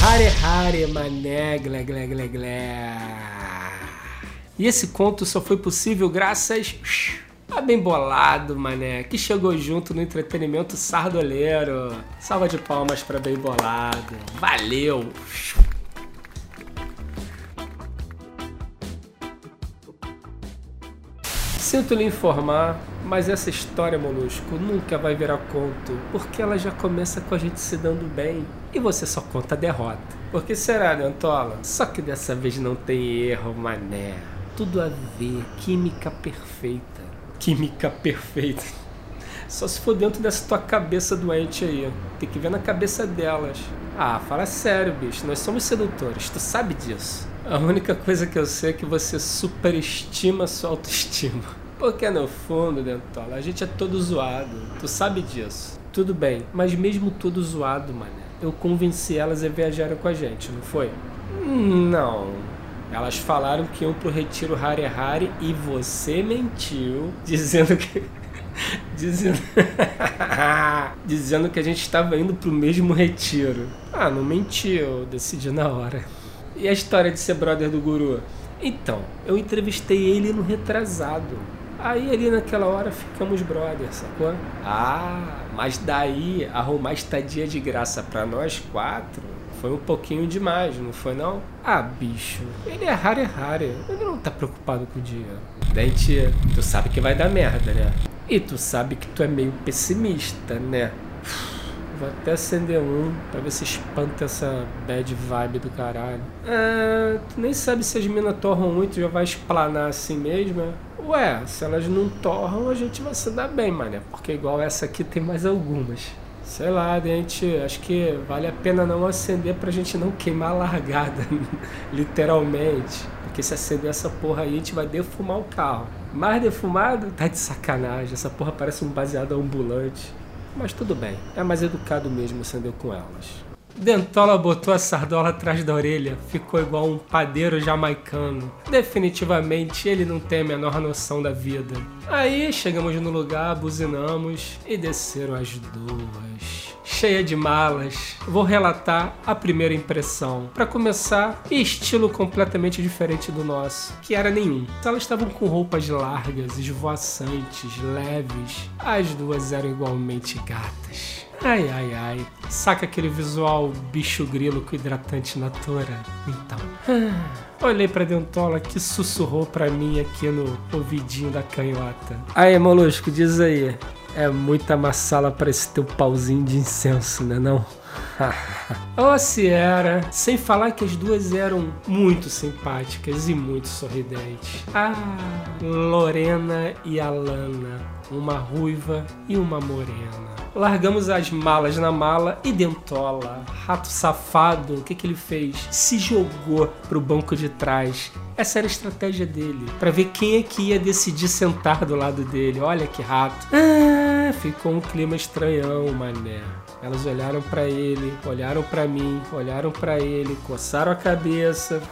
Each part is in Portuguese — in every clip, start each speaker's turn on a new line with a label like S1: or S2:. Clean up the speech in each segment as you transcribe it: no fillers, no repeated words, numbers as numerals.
S1: Hare Hare, mané, glé, glé, glé, glé. E esse conto só foi possível graças a Bem Bolado, mané, que chegou junto no entretenimento sardoleiro. Salva de palmas pra Bem Bolado. Valeu! Sinto lhe informar, mas essa história, Molusco, nunca vai virar conto, porque ela já começa com a gente se dando bem e você só conta a derrota. Por que será, Dentola? Só que dessa vez não tem erro, mané. Tudo a ver, química perfeita. Química perfeita. Só se for dentro dessa tua cabeça doente aí. Tem que ver na cabeça delas. Ah, fala sério, bicho. Nós somos sedutores, tu sabe disso. A única coisa que eu sei é que você superestima sua autoestima. Porque no fundo, Dentola, a gente é todo zoado. Tu sabe disso. Tudo bem, mas mesmo todo zoado, mané, eu convenci elas a viajarem com a gente, não foi? Não. Elas falaram que iam pro retiro Hare Hare e você mentiu, dizendo que... dizendo que a gente estava indo pro mesmo retiro. Ah, não menti, eu decidi na hora. E a história de ser brother do guru? Então, eu entrevistei ele no retrasado. Aí ali naquela hora ficamos brothers, sacou? Ah, mas daí arrumar estadia de graça pra nós quatro foi um pouquinho demais, não foi não? Ah, bicho, ele é Hare Hare, ele não tá preocupado com o dinheiro. Dente, tu sabe que vai dar merda, né? E tu sabe que tu é meio pessimista, né? Vou até acender um pra ver se espanta essa bad vibe do caralho. Ah, tu nem sabe se as minas torram muito e já vai explanar assim mesmo, é? Ué, se elas não torram, a gente vai se dar bem, mané. Porque igual essa aqui tem mais algumas. Sei lá, Dente, acho que vale a pena não acender pra gente não queimar a largada, literalmente. Porque se acender essa porra aí, a gente vai defumar o carro. Mais defumado? Tá de sacanagem, essa porra parece um baseado ambulante. Mas tudo bem, é mais educado mesmo acender com elas. Dentola botou a sardola atrás da orelha, ficou igual um padeiro jamaicano. Definitivamente ele não tem a menor noção da vida. Aí chegamos no lugar, buzinamos e desceram as duas. Cheia de malas, vou relatar a primeira impressão. Para começar, estilo completamente diferente do nosso, que era nenhum. Elas estavam com roupas largas, esvoaçantes, leves. As duas eram igualmente gatas. Ai, ai, ai. Saca aquele visual bicho grilo com hidratante natura? Então. Olhei pra Dentola que sussurrou pra mim aqui no ouvidinho da canhota. Aí, Molusco, diz aí. É muita massala pra esse teu pauzinho de incenso, né não? Ou se era, sem falar que as duas eram muito simpáticas e muito sorridentes. Ah, Lorena e Alana, uma ruiva e uma morena. Largamos as malas na mala e Dentola, rato safado, o que ele fez? Se jogou pro banco de trás. Essa era a estratégia dele, pra ver quem é que ia decidir sentar do lado dele. Olha que rato. Ah, ficou um clima estranhão, mané. Elas olharam pra ele, olharam pra mim, olharam pra ele, coçaram a cabeça.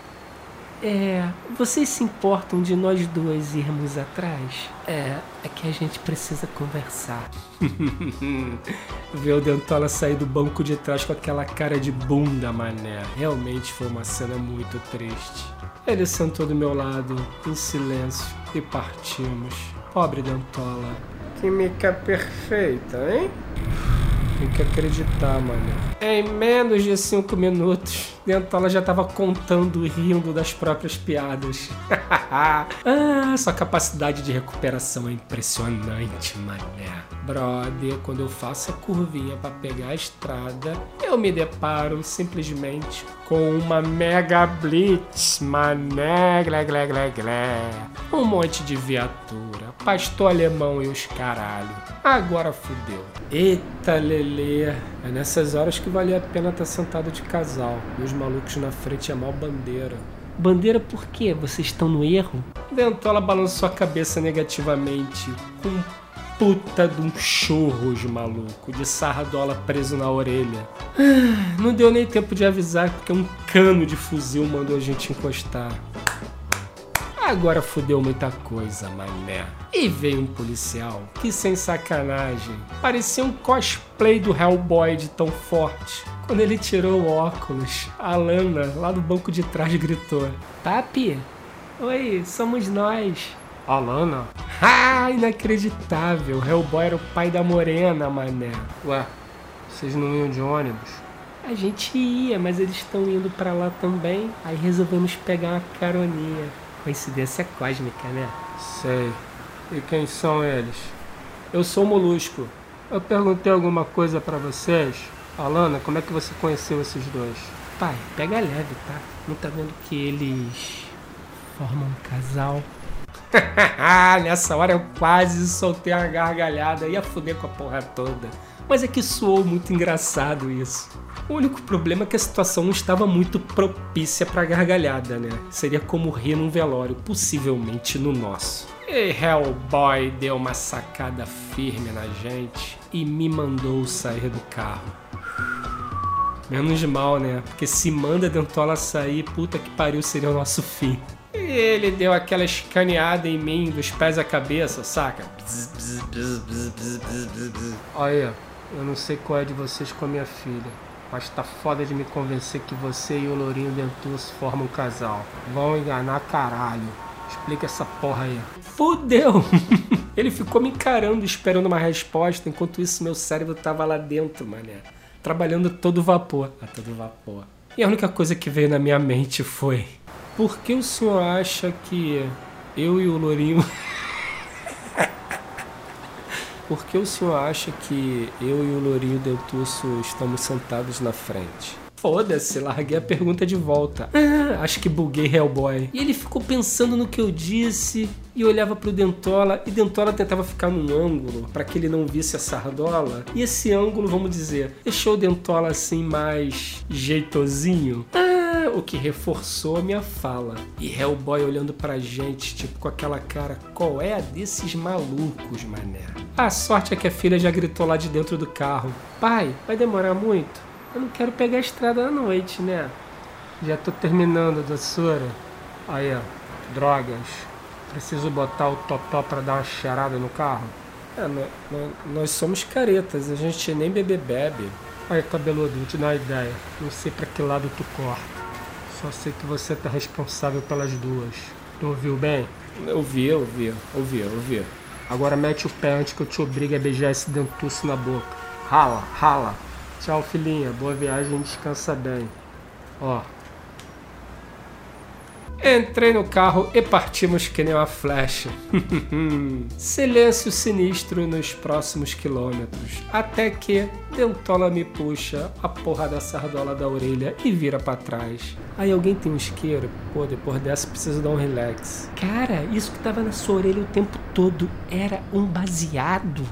S1: Vocês se importam de nós duas irmos atrás? É que a gente precisa conversar. Ver o Dentola sair do banco de trás com aquela cara de bunda, mané. Realmente foi uma cena muito triste. Ele sentou do meu lado, em silêncio, e partimos. Pobre Dentola. Química perfeita, hein? Tem que acreditar, mano. Em menos de 5 minutos, Dentola já tava contando e rindo das próprias piadas. Sua capacidade de recuperação é impressionante, mané. Brother, quando eu faço a curvinha pra pegar a estrada, eu me deparo simplesmente com uma mega blitz, mané, glé, glé, glé, glé. Um monte de viatura, pastor alemão e os caralho. Agora fudeu. Eita, lelê. É nessas horas que valia a pena estar sentado de casal. E os malucos na frente é mó bandeira. Bandeira por quê? Vocês estão no erro? Dentola balançou a cabeça negativamente, com puta de um churros, maluco, de sarradola preso na orelha. Não deu nem tempo de avisar, porque um cano de fuzil mandou a gente encostar. Agora fudeu muita coisa, mané. E veio um policial que, sem sacanagem, parecia um cosplay do Hellboy de tão forte. Quando ele tirou o óculos, a Lana, lá do banco de trás, gritou: Papi, oi, somos nós. A Lana? Ah, inacreditável. O Hellboy era o pai da morena, mané. Ué, vocês não iam de ônibus? A gente ia, mas eles estão indo pra lá também. Aí resolvemos pegar uma caroninha. Coincidência cósmica, né? Sei. E quem são eles? Eu sou o Molusco. Eu perguntei alguma coisa pra vocês. Alana, como é que você conheceu esses dois? Pai, pega leve, tá? Não tá vendo que eles formam um casal? Nessa hora eu quase soltei uma gargalhada. Ia fuder com a porra toda. Mas é que soou muito engraçado isso. O único problema é que a situação não estava muito propícia pra gargalhada, né? Seria como rir num velório, possivelmente no nosso. E Hellboy deu uma sacada firme na gente e me mandou sair do carro. Menos mal, né? Porque se manda a Dentola sair, puta que pariu, seria o nosso fim. E ele deu aquela escaneada em mim, dos pés à cabeça, saca? Olha, eu não sei qual é de vocês com a minha filha, mas tá foda de me convencer que você e o Lourinho Dentuço formam um casal. Vão enganar caralho. Explica essa porra aí. Fudeu! Ele ficou me encarando, esperando uma resposta, enquanto isso meu cérebro tava lá dentro, mané. Trabalhando a todo vapor. A todo vapor. E a única coisa que veio na minha mente foi: por que o senhor acha que eu e o Lourinho... Por que o senhor acha que eu e o Lourinho Dentuço estamos sentados na frente? Foda-se, larguei a pergunta de volta. Acho que buguei Hellboy. E ele ficou pensando no que eu disse e olhava pro Dentola, e Dentola tentava ficar num ângulo para que ele não visse a sardola. E esse ângulo, vamos dizer, deixou o Dentola assim mais jeitosinho. O que reforçou a minha fala. E Hellboy olhando pra gente, tipo com aquela cara: qual é a desses malucos, mané? A sorte é que a filha já gritou lá de dentro do carro: pai, vai demorar muito? Eu não quero pegar a estrada à noite, né? Já tô terminando, doçura. Aí, ó, drogas. Preciso botar o totó pra dar uma cheirada no carro? Nós somos caretas, a gente nem bebe. Aí, cabeludo, vou te dar uma ideia. Não sei pra que lado tu corta. Só sei que você tá responsável pelas duas. Tu ouviu bem? Eu vi. Agora mete o pé antes que eu te obrigue a beijar esse dentuço na boca. Rala. Tchau, filhinha. Boa viagem e descansa bem. Ó. Entrei no carro e partimos que nem uma flecha. Silêncio sinistro nos próximos quilômetros. Até que Dentola me puxa a porra da sardola da orelha e vira pra trás. Aí alguém tem um isqueiro? Pô, depois dessa preciso dar um relax. Cara, isso que tava na sua orelha o tempo todo era um baseado?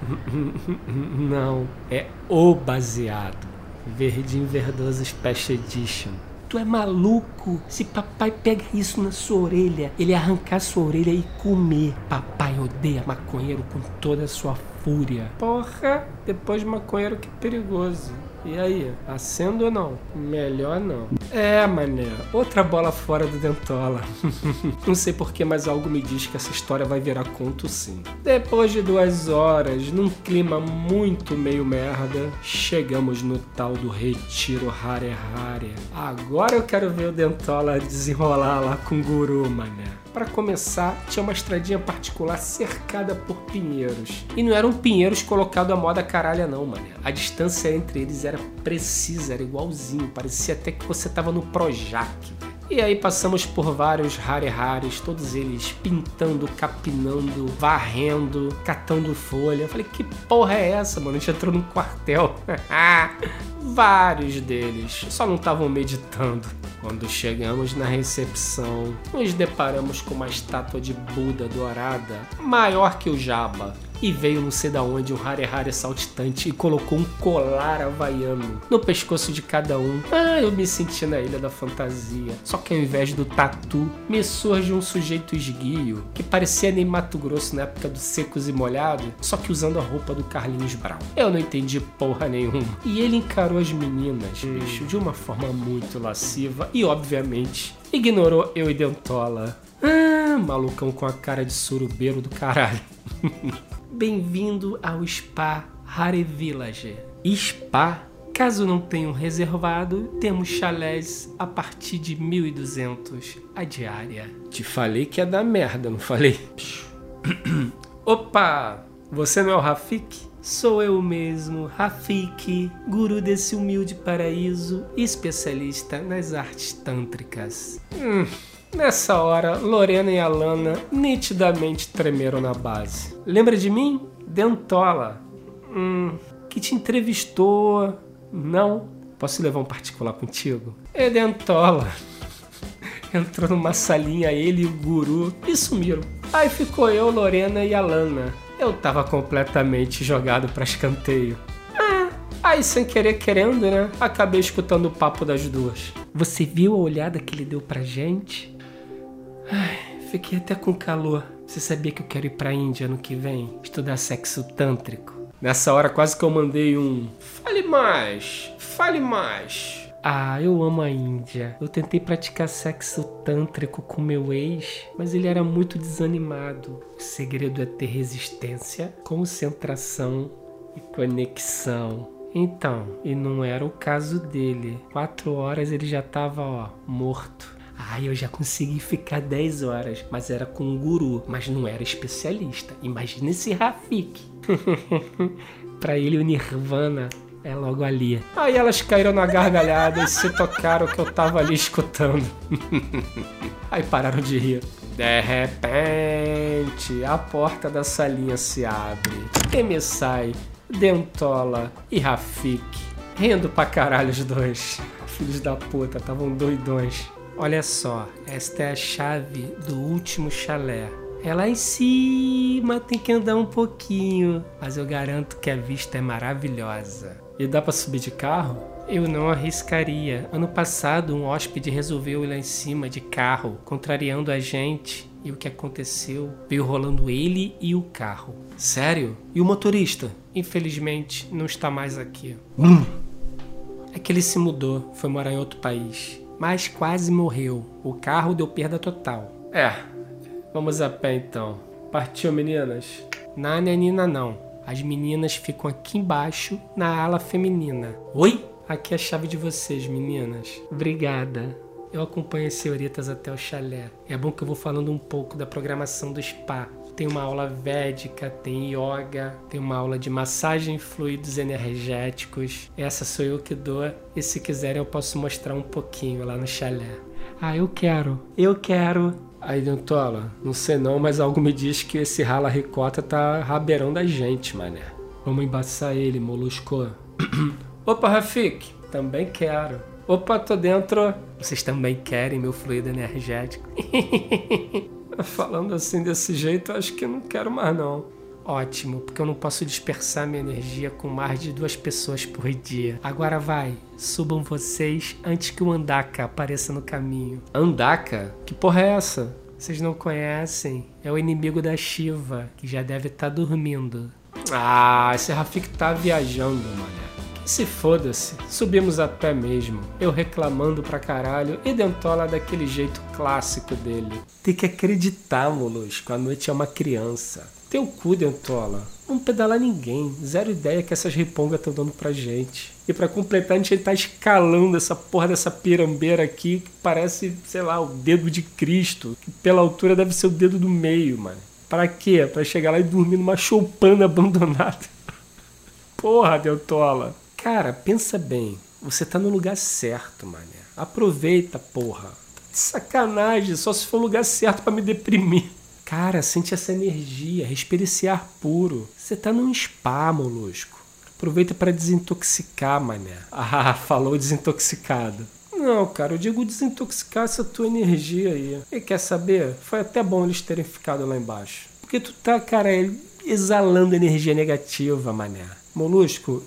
S1: Não, é o baseado. Verdinho Verdoso Special Edition. Tu é maluco? Se papai pega isso na sua orelha, ele arrancar sua orelha e comer. Papai odeia maconheiro com toda a sua fúria. Porra, depois de maconheiro que perigoso. E aí, acendo ou não? Melhor não. É, mané, outra bola fora do Dentola. Não sei porquê, mas algo me diz que essa história vai virar conto sim. Depois de 2 horas, num clima muito meio merda, chegamos no tal do Retiro Hare Hare. Agora eu quero ver o Dentola desenrolar lá com o guru, mané. Para começar, tinha uma estradinha particular cercada por pinheiros. E não eram pinheiros colocados à moda caralha não, mané. A distância entre eles era precisa, era igualzinho. Parecia até que você tava no Projac. E aí passamos por vários Hare-Hares, todos eles pintando, capinando, varrendo, catando folha. Eu falei, que porra é essa, mano? A gente entrou num quartel. Vários deles só não estavam meditando. Quando chegamos na recepção, nos deparamos com uma estátua de Buda dourada, maior que o Jabba. e veio não sei da onde um Hare saltitante e colocou um colar havaiano no pescoço de cada um. Eu me senti na Ilha da Fantasia. Só que ao invés do tatu, me surge um sujeito esguio que parecia nem Mato Grosso na época dos secos e molhados, só que usando a roupa do Carlinhos Brown. Eu não entendi porra nenhuma. E ele encarou as meninas, bicho, de uma forma muito lasciva e, obviamente, ignorou eu e Dentola. Malucão com a cara de surubeiro do caralho. Bem-vindo ao Spa Hare Village. Spa? Caso não tenham reservado, temos chalés a partir de 1.200 a diária. Te falei que ia dar merda, não falei? Opa! Você não é o Rafik? Sou eu mesmo, Rafik, guru desse humilde paraíso e especialista nas artes tântricas. Nessa hora, Lorena e Alana nitidamente tremeram na base. Lembra de mim? Dentola. Que te entrevistou. Não? Posso levar um particular contigo? É Dentola. Entrou numa salinha ele e o guru e sumiram. Aí ficou eu, Lorena e Alana. Eu tava completamente jogado pra escanteio. Aí sem querer querendo, né? Acabei escutando o papo das duas. Você viu a olhada que ele deu pra gente? Fiquei até com calor. Você sabia que eu quero ir pra Índia ano que vem? Estudar sexo tântrico. Nessa hora quase que eu mandei um... Fale mais! Fale mais! Eu amo a Índia. Eu tentei praticar sexo tântrico com meu ex, mas ele era muito desanimado. O segredo é ter resistência, concentração e conexão. Então, e não era o caso dele. 4 horas ele já tava, morto. Eu já consegui ficar 10 horas, mas era com um guru, mas não era especialista. Imagina esse Rafik. Pra ele o Nirvana é logo ali. Aí elas caíram na gargalhada e se tocaram que eu tava ali escutando. Aí pararam de rir. De repente, a porta da salinha se abre e me sai Dentola e Rafik, rindo pra caralho os dois. Filhos da puta, estavam doidões. Olha só, esta é a chave do último chalé. É lá em cima, tem que andar um pouquinho, mas eu garanto que a vista é maravilhosa. E dá pra subir de carro? Eu não arriscaria. Ano passado, um hóspede resolveu ir lá em cima de carro, contrariando a gente. E o que aconteceu? Veio rolando ele e o carro. Sério? E o motorista? Infelizmente, não está mais aqui. É que ele se mudou, foi morar em outro país. Mas quase morreu. O carro deu perda total. Vamos a pé então. Partiu, meninas? Na Nanina não. As meninas ficam aqui embaixo, na ala feminina. Oi? Aqui é a chave de vocês, meninas. Obrigada. Eu acompanho as senhoritas até o chalé. É bom que eu vou falando um pouco da programação do spa. Tem uma aula védica, tem yoga, tem uma aula de massagem e fluidos energéticos. Essa sou eu que dou. E se quiserem eu posso mostrar um pouquinho lá no chalé. Eu quero. Aí, Dentola, não sei não, mas algo me diz que esse rala ricota tá rabeirão da gente, mané. Vamos embaçar ele, molusco. Opa, Rafik, também quero. Opa, tô dentro. Vocês também querem meu fluido energético? Falando assim desse jeito, acho que eu não quero mais não. Ótimo, porque eu não posso dispersar minha energia com mais de 2 pessoas por dia. Agora vai, subam vocês antes que o Andaka apareça no caminho. Andaka? Que porra é essa? Vocês não conhecem? É o inimigo da Shiva, que já deve estar dormindo. Esse Rafik tá viajando, mané. Que se foda-se, subimos a pé mesmo. Eu reclamando pra caralho e Dentola daquele jeito clássico dele. Tem que acreditar, molusco, a noite é uma criança. Teu cu, Dentola. Não pedalar ninguém. Zero ideia que essas ripongas estão dando pra gente. E pra completar, a gente tá escalando essa porra dessa pirambeira aqui que parece, sei lá, o dedo de Cristo. Que pela altura deve ser o dedo do meio, mano. Pra quê? Pra chegar lá e dormir numa choupana abandonada. Porra, Dentola. Cara, pensa bem. Você tá no lugar certo, mané. Aproveita, porra. De sacanagem. Só se for o lugar certo pra me deprimir. Cara, sente essa energia, respira esse ar puro. Você tá num spa, molusco. Aproveita pra desintoxicar, mané. Falou desintoxicado. Não, cara, eu digo desintoxicar essa tua energia aí. E quer saber? Foi até bom eles terem ficado lá embaixo. Porque tu tá, cara, exalando energia negativa, mané. Molusco,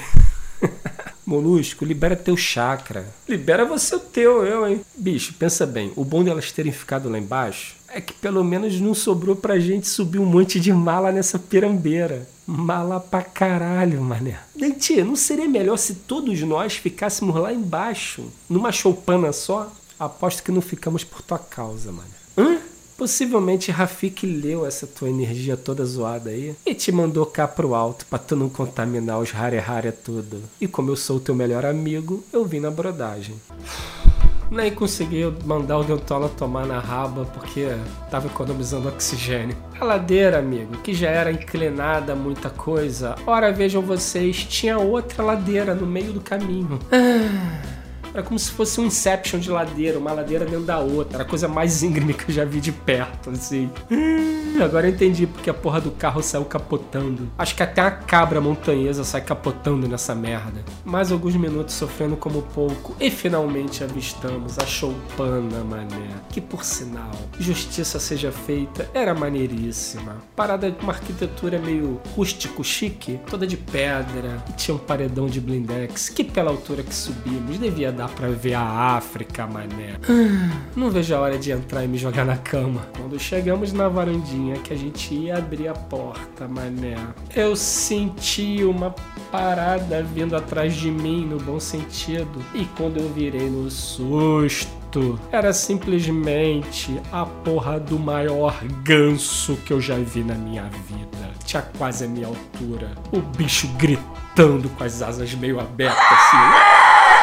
S1: Molusco, libera teu chakra. Libera você o teu, hein? Bicho, pensa bem. O bom delas terem ficado lá embaixo é que pelo menos não sobrou pra gente subir um monte de mala nessa pirambeira. Mala pra caralho, mané. Dente, não seria melhor se todos nós ficássemos lá embaixo, numa choupana só? Aposto que não ficamos por tua causa, mané. Hã? Possivelmente Rafik leu essa tua energia toda zoada aí e te mandou cá pro alto pra tu não contaminar os rare tudo. E como eu sou o teu melhor amigo, eu vim na brodagem. Nem consegui mandar o Dentola tomar na raba porque tava economizando oxigênio. A ladeira, amigo, que já era inclinada muita coisa, ora vejam vocês, tinha outra ladeira no meio do caminho. Era como se fosse um Inception de ladeira, uma ladeira dentro da outra. Era a coisa mais íngreme que eu já vi de perto, assim. Agora eu entendi porque a porra do carro saiu capotando. Acho que até a cabra montanhesa sai capotando nessa merda. Mais alguns minutos sofrendo como pouco e finalmente avistamos a choupana, mané. Que por sinal, justiça seja feita, era maneiríssima. Parada com uma arquitetura meio rústico, chique, toda de pedra. E tinha um paredão de blindex que pela altura que subimos devia dar pra ver a África, mané. Não vejo a hora de entrar e me jogar na cama. Quando chegamos na varandinha que a gente ia abrir a porta, mané, eu senti uma parada vindo atrás de mim no bom sentido. E quando eu virei no susto, era simplesmente a porra do maior ganso que eu já vi na minha vida. Tinha quase a minha altura. O bicho gritando com as asas meio abertas assim.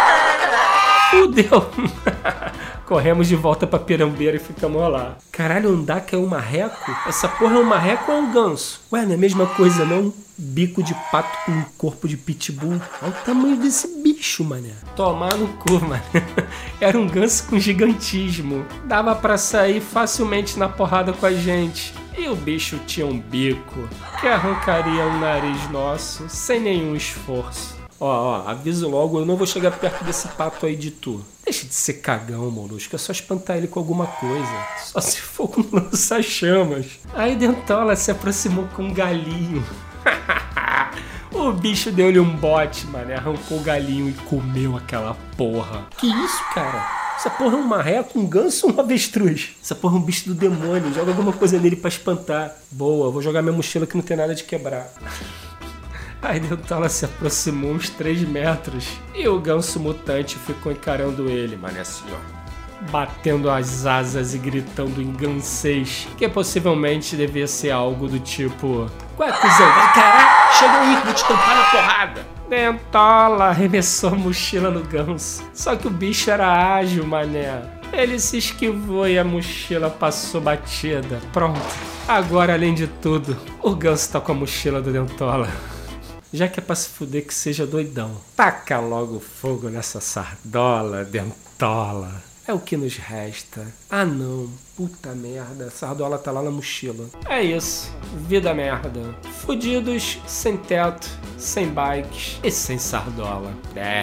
S1: Fudeu! Corremos de volta pra pirambeira e ficamos lá. Caralho, Andaka é um marreco? Essa porra é um marreco ou é um ganso? Ué, não é a mesma coisa não? Bico de pato com um corpo de pitbull. Olha o tamanho desse bicho, mané. Tomar no cu, mané. Era um ganso com gigantismo. Dava pra sair facilmente na porrada com a gente. E o bicho tinha um bico que arrancaria o nariz nosso sem nenhum esforço. Ó, aviso logo, eu não vou chegar perto desse pato aí de tu. Deixa de ser cagão, molusco, é só espantar ele com alguma coisa. Só se for com lança-chamas. Aí Dentola se aproximou com um galinho. O bicho deu-lhe um bote, mano, arrancou o galinho e comeu aquela porra. Que isso, cara? Essa porra é um marreco, um ganso ou um avestruz? Essa porra é um bicho do demônio, joga alguma coisa nele pra espantar. Boa, vou jogar minha mochila que não tem nada de quebrar. Aí Dentola se aproximou uns 3 metros e o ganso mutante ficou encarando ele, mano, assim, ó. Batendo as asas e gritando em gansês, que possivelmente devia ser algo do tipo: "Ué, cuzão, vai caralho, chega aí, vou te tampar na porrada." Dentola arremessou a mochila no ganso, só que o bicho era ágil, mané. Ele se esquivou e a mochila passou batida. Pronto. Agora, além de tudo, o ganso tá com a mochila do Dentola. Já que é pra se fuder, que seja doidão. Taca logo fogo nessa sardola, Dentola. É o que nos resta. Ah não, puta merda, a sardola tá lá na mochila. É isso, vida merda. Fudidos, sem teto, sem bikes e sem sardola. De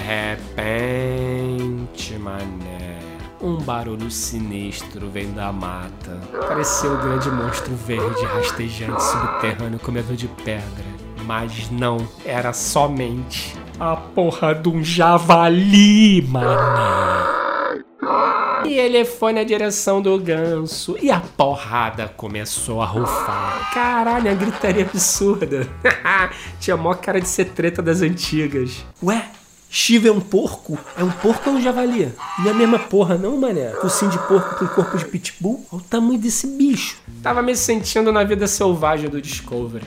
S1: repente, mané, um barulho sinistro vem da mata. Pareceu um grande monstro verde, rastejante, subterrâneo, comedor de pedra. Mas não, era somente a porra de um javali, mané. E ele foi na direção do ganso e a porrada começou a rufar. Caralho, a gritaria absurda. Tinha mó cara de ser treta das antigas. Ué, Shiva é um porco? É um porco ou um javali? Não é a mesma porra não, mané? Focinho de porco com corpo de pitbull? Olha o tamanho desse bicho. Tava me sentindo na vida selvagem do Discovery.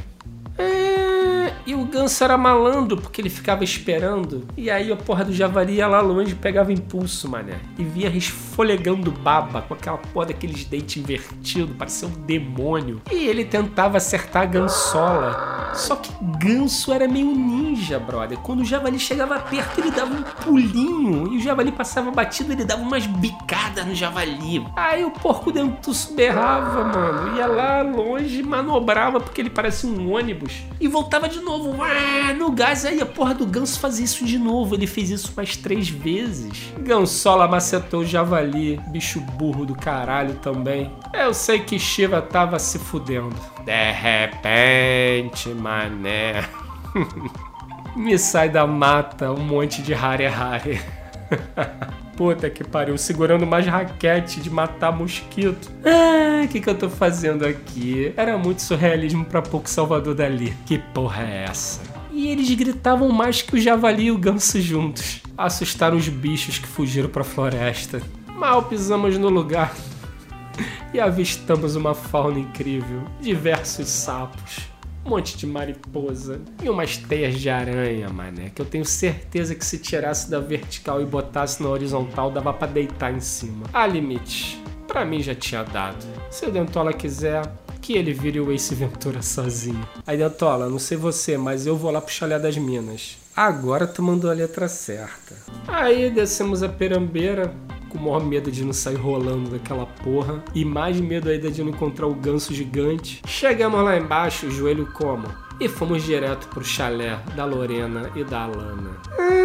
S1: E o ganso era malandro, porque ele ficava esperando. E aí a porra do javali ia lá longe e pegava impulso, mané. E via resfolegando baba com aquela porra daqueles dentes invertidos, parecia um demônio. E ele tentava acertar a gansola. Só que ganso era meio ninja, brother. Quando o javali chegava perto, ele dava um pulinho. E o javali passava batido, ele dava umas bicadas no javali. Aí o porco dentuço berrava, mano. Ia lá longe, manobrava, porque ele parecia um ônibus. E voltava de novo. novo, no gás. Aí a porra do ganso fazia isso de novo. Ele fez isso mais 3 vezes. Gansola macetou o javali, bicho burro do caralho também. Eu sei que Shiva tava se fudendo. De repente, mané, me sai da mata um monte de hare-hare. Puta que pariu, segurando mais raquete de matar mosquito. O que eu tô fazendo aqui? Era muito surrealismo pra pouco Salvador Dali. Que porra é essa? E eles gritavam mais que o javali e o ganso juntos. Assustaram os bichos que fugiram pra floresta. Mal pisamos no lugar e avistamos uma fauna incrível. Diversos sapos, um monte de mariposa e umas teias de aranha, mané, que eu tenho certeza que se tirasse da vertical e botasse na horizontal dava pra deitar em cima. Há limite. Pra mim já tinha dado. Se o Dentola quiser, que ele vire o Ace Ventura sozinho. Aí, Dentola, não sei você, mas eu vou lá pro Chalé das Minas. Agora tu mandou a letra certa. Aí descemos a perambeira, com o maior medo de não sair rolando daquela porra, e mais medo ainda de não encontrar o ganso gigante. Chegamos lá embaixo, joelho como, e fomos direto pro chalé da Lorena e da Alana.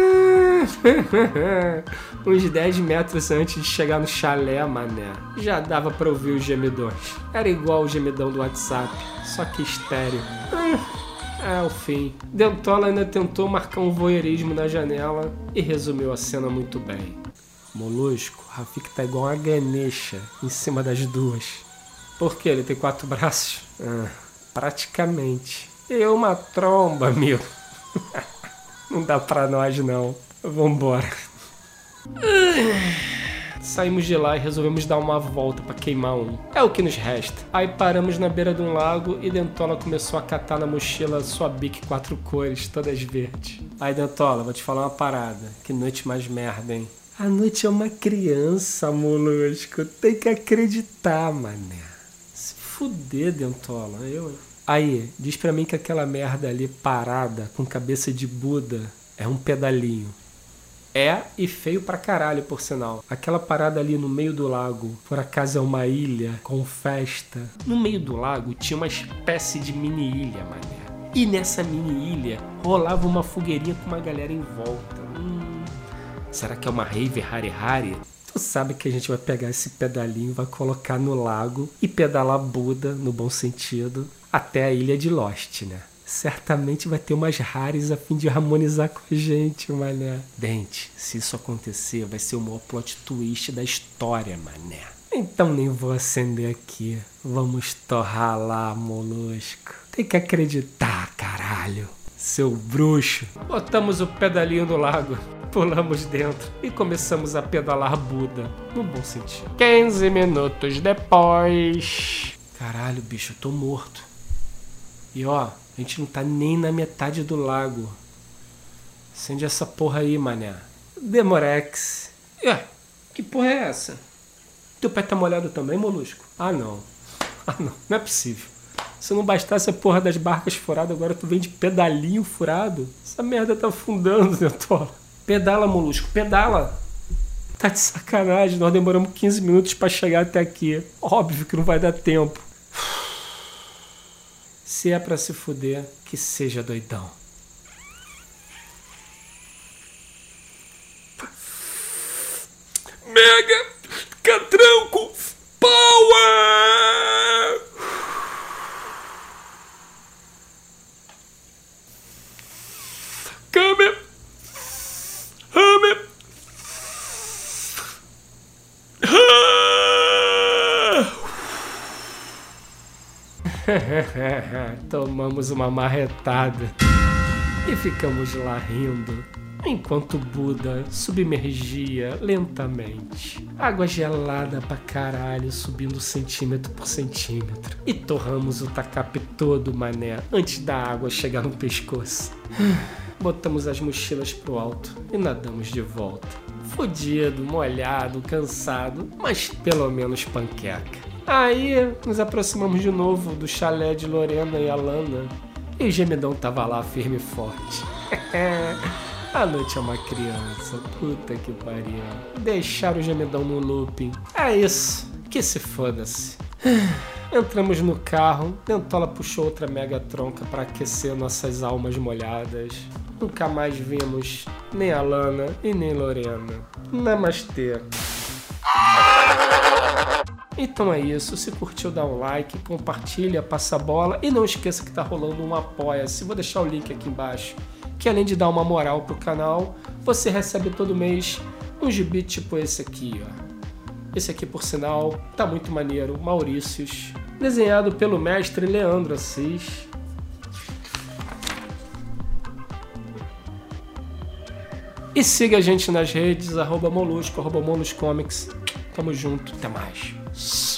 S1: Uns 10 metros antes de chegar no chalé, mané, já dava pra ouvir os gemidões. Era igual o gemidão do WhatsApp, só que estéreo. O fim. Dentola ainda tentou marcar um voyeurismo na janela e resumiu a cena muito bem. Molusco, Rafik tá igual uma Ganesha em cima das duas. Por quê? Ele tem 4 braços? Praticamente. E uma tromba, meu. Não dá pra nós, não. Vambora. Saímos de lá e resolvemos dar uma volta pra queimar um. É o que nos resta. Aí paramos na beira de um lago e Dentola começou a catar na mochila sua Bic 4 cores, todas verdes. Aí, Dentola, vou te falar uma parada. Que noite mais merda, hein? A noite é uma criança, molusco. Tem que acreditar, mané. Se fuder, Dentola. Aí, diz pra mim que aquela merda ali parada, com cabeça de Buda, é um pedalinho. É, e feio pra caralho, por sinal. Aquela parada ali no meio do lago, por acaso é uma ilha com festa. No meio do lago tinha uma espécie de mini-ilha, mané. E nessa mini-ilha rolava uma fogueirinha com uma galera em volta. Será que é uma rave hare-hare? Tu sabe que a gente vai pegar esse pedalinho, vai colocar no lago e pedalar Buda, no bom sentido, até a ilha de Lost, né? Certamente vai ter umas rares a fim de harmonizar com a gente, mané. Dente, se isso acontecer, vai ser o maior plot twist da história, mané. Então nem vou acender aqui. Vamos torrar lá, molusco. Tem que acreditar, caralho. Seu bruxo. Botamos o pedalinho no lago, pulamos dentro e começamos a pedalar Buda, no bom sentido. 15 minutos depois... Caralho, bicho, eu tô morto. E ó, a gente não tá nem na metade do lago. Acende essa porra aí, mané. Demorex. Que porra é essa? Teu pé tá molhado também, molusco? Não, não é possível. Se não bastasse a porra das barcas furadas, agora tu vem de pedalinho furado? Essa merda tá afundando, Dentola. Pedala, molusco, pedala. Tá de sacanagem, nós demoramos 15 minutos pra chegar até aqui. Óbvio que não vai dar tempo. Se é pra se fuder, que seja doidão. Mega Catranco Power! Câmera! Tomamos uma marretada e ficamos lá rindo, enquanto Buda submergia lentamente. Água gelada pra caralho, subindo centímetro por centímetro. E torramos o tacape todo, mané, antes da água chegar no pescoço. Botamos as mochilas pro alto e nadamos de volta. Fudido, molhado, cansado, mas pelo menos panqueca. Aí nos aproximamos de novo do chalé de Lorena e Alana. E o gemidão tava lá firme e forte. A noite é uma criança, puta que pariu. Deixar o gemidão no looping. É isso, que se foda-se. Entramos no carro, Dentola puxou outra mega tronca para aquecer nossas almas molhadas. Nunca mais vimos nem a Lana e nem Lorena. Namastê. Então é isso, se curtiu dá um like, compartilha, passa a bola e não esqueça que tá rolando um apoia-se, vou deixar o link aqui embaixo, que além de dar uma moral pro canal, você recebe todo mês um gibi tipo esse aqui, ó. Esse aqui, por sinal, tá muito maneiro, Maurícios, desenhado pelo mestre Leandro Assis. E siga a gente nas redes, @molusco, @moluscomics. Tamo junto, até mais.